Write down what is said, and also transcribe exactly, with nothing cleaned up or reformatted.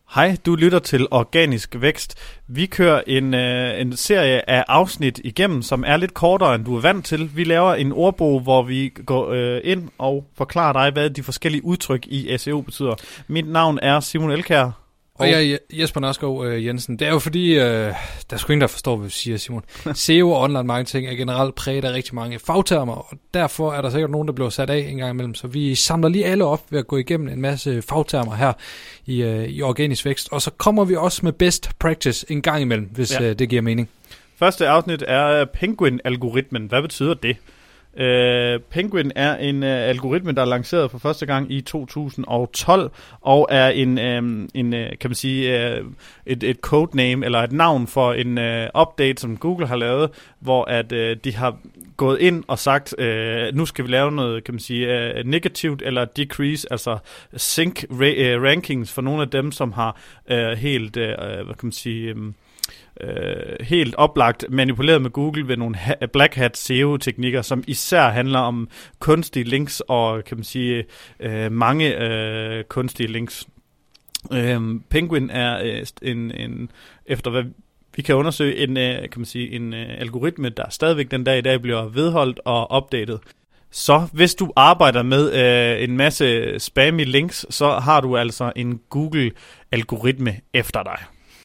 Hej, du lytter til Organisk Vækst. Vi kører en, øh, en serie af afsnit igennem, som er lidt kortere, end du er vant til. Vi laver en ordbog, hvor vi går øh, ind og forklarer dig, hvad de forskellige udtryk i S E O betyder. Mit navn er Simon Elkjær. Og jeg er Jesper Nørskov øh, Jensen. Det er jo fordi, øh, der er sgu ingen, der forstår, hvad vi siger, Simon. S E O og online marketing er generelt præget af rigtig mange fagtermer, og derfor er der sikkert nogen, der bliver sat af en gang imellem. Så vi samler lige alle op ved at gå igennem en masse fagtermer her i, øh, i Organisk Vækst. Og så kommer vi også med best practice en gang imellem, hvis ja. øh, det giver mening. Første afsnit er Penguin-algoritmen. Hvad betyder det? Uh, Penguin er en uh, algoritme, der er lanceret for første gang i to tusind og tolv, og er en, um, en uh, kan man sige, uh, et, et codename, eller et navn for en uh, update, som Google har lavet, hvor at uh, de har gået ind og sagt, uh, nu skal vi lave noget, kan man sige, uh, negativt eller decrease, altså sync ra- uh, rankings for nogle af dem, som har uh, helt, uh, hvad kan man sige, um, Uh, helt oplagt manipuleret med Google ved nogle ha- black hat S E O-teknikker, som især handler om kunstige links og, kan man sige, uh, mange uh, kunstige links. Uh, Penguin er uh, en, en, efter hvad vi kan undersøge, en, uh, kan man sige, en uh, algoritme, der stadigvæk den dag i dag bliver vedholdt og opdateret. Så hvis du arbejder med øh, en masse spammy links, så har du altså en Google-algoritme efter dig.